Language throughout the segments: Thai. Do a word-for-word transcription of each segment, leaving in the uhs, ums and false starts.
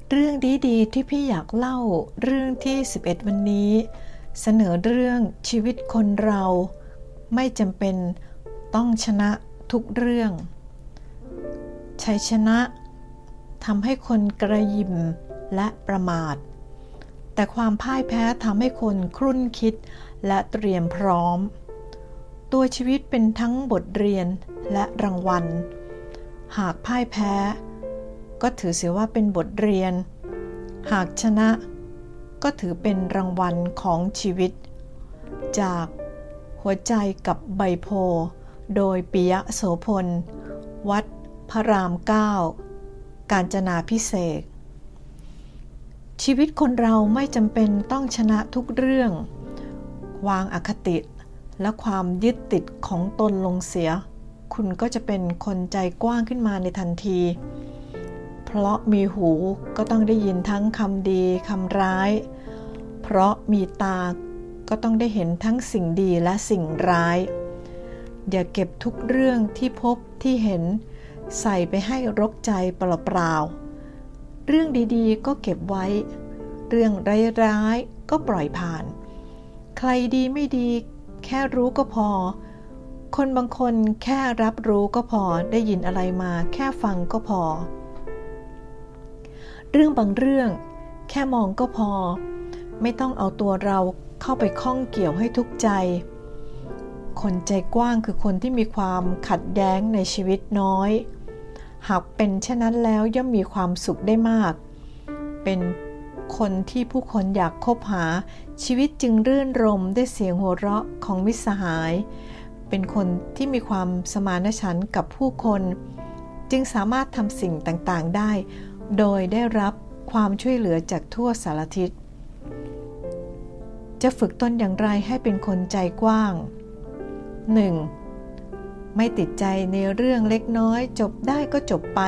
เรื่องดีๆที่พี่อยากเล่าเรื่องที่สิบเอ็ดวันนี้เสนอเรื่องชีวิตคนเราไม่จำเป็นต้องชนะทุกเรื่องชัยชนะทำให้คนกระยิมและประมาทแต่ความพ่ายแพ้ทำให้คนครุ่นคิดและเตรียมพร้อมตัวชีวิตเป็นทั้งบทเรียนและรางวัลหากพ่ายแพ้ก็ถือเสียว่าเป็นบทเรียนหากชนะก็ถือเป็นรางวัลของชีวิตจากหัวใจกับใบโพโดยปิยะโสพลวัดพระรามเก้ากาญจนาภิเษกชีวิตคนเราไม่จำเป็นต้องชนะทุกเรื่องวางอคติและความยึดติดของตนลงเสียคุณก็จะเป็นคนใจกว้างขึ้นมาในทันทีเพราะมีหูก็ต้องได้ยินทั้งคำดีคำร้ายเพราะมีตาก็ต้องได้เห็นทั้งสิ่งดีและสิ่งร้ายอย่าเก็บทุกเรื่องที่พบที่เห็นใส่ไปให้รกใจเปล่าๆเรื่องดีๆก็เก็บไว้เรื่องร้ายๆก็ปล่อยผ่านใครดีไม่ดีแค่รู้ก็พอคนบางคนแค่รับรู้ก็พอได้ยินอะไรมาแค่ฟังก็พอเรื่องบางเรื่องแค่มองก็พอไม่ต้องเอาตัวเราเข้าไปข้องเกี่ยวให้ทุกข์ใจคนใจกว้างคือคนที่มีความขัดแย้งในชีวิตน้อยหากเป็นเช่นนั้นแล้วย่อมมีความสุขได้มากเป็นคนที่ผู้คนอยากคบหาชีวิตจึงรื่นรมด้วยเสียงหัวเราะของมิตรสหายเป็นคนที่มีความสมานฉันท์กับผู้คนจึงสามารถทำสิ่งต่างๆได้โดยได้รับความช่วยเหลือจากทั่วสารทิศจะฝึกตนอย่างไรให้เป็นคนใจกว้าง หนึ่ง. ไม่ติดใจในเรื่องเล็กน้อยจบได้ก็จบไป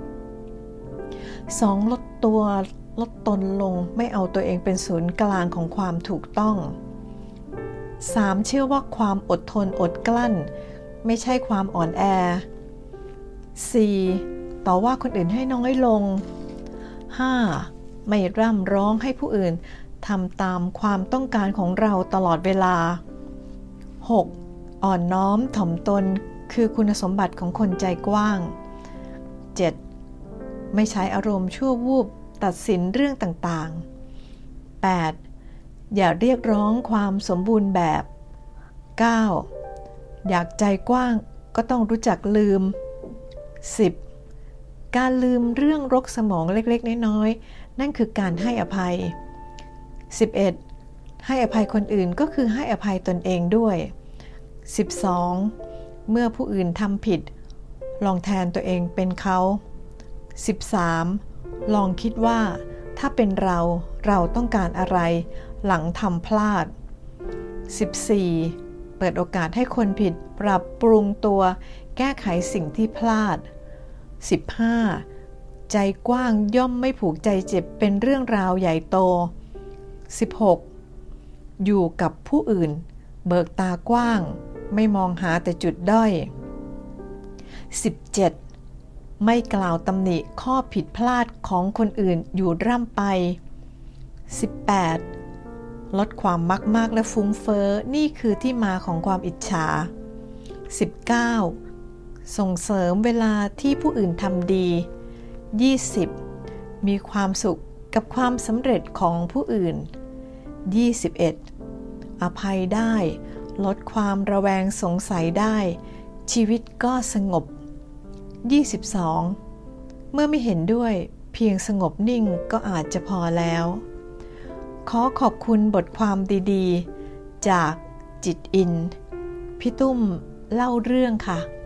สอง. ลดตัวลดตนลงไม่เอาตัวเองเป็นศูนย์กลางของความถูกต้อง สาม. เชื่อว่าความอดทนอดกลั้นไม่ใช่ความอ่อนแอ สี่. ต่อว่าคนอื่นให้น้อยลง ห้า. ไม่ร่ำร้องให้ผู้อื่นทำตามความต้องการของเราตลอดเวลา หก. อ่อนน้อมถ่อมตนคือคุณสมบัติของคนใจกว้าง เจ็ด. ไม่ใช้อารมณ์ชั่ววูบตัดสินเรื่องต่างๆ แปด. อย่าเรียกร้องความสมบูรณ์แบบ เก้า. อยากใจกว้างก็ต้องรู้จักลืม สิบ. การลืมเรื่องรกสมองเล็กๆน้อยๆนั่นคือการให้อภัย สิบเอ็ด. ให้อภัยคนอื่นก็คือให้อภัยตนเองด้วย สิบสอง. เมื่อผู้อื่นทำผิดลองแทนตัวเองเป็นเขา สิบสาม. ลองคิดว่าถ้าเป็นเราเราต้องการอะไรหลังทำพลาด สิบสี่. เปิดโอกาสให้คนผิดปรับปรุงตัวแก้ไขสิ่งที่พลาด สิบห้า. ใจกว้างย่อมไม่ผูกใจเจ็บเป็นเรื่องราวใหญ่โต สิบหก. อยู่กับผู้อื่นเบิกตากว้างไม่มองหาแต่จุดด้อย สิบเจ็ด. ไม่กล่าวตำหนิข้อผิดพลาดของคนอื่นอยู่ร่ำไป สิบแปด. ลดความมักมากและฟุ้งเฟ้อนี่คือที่มาของความอิจฉา สิบเก้า. ส่งเสริมเวลาที่ผู้อื่นทำดี ยี่สิบ. มีความสุขกับความสำเร็จของผู้อื่น ยี่สิบเอ็ด. อภัยได้ลดความระแวงสงสัยได้ชีวิตก็สงบ ยี่สิบสอง. เมื่อไม่เห็นด้วยเพียงสงบนิ่งก็อาจจะพอแล้วขอขอบคุณบทความดีๆจากจิตอินพี่ตุ้มเล่าเรื่องค่ะ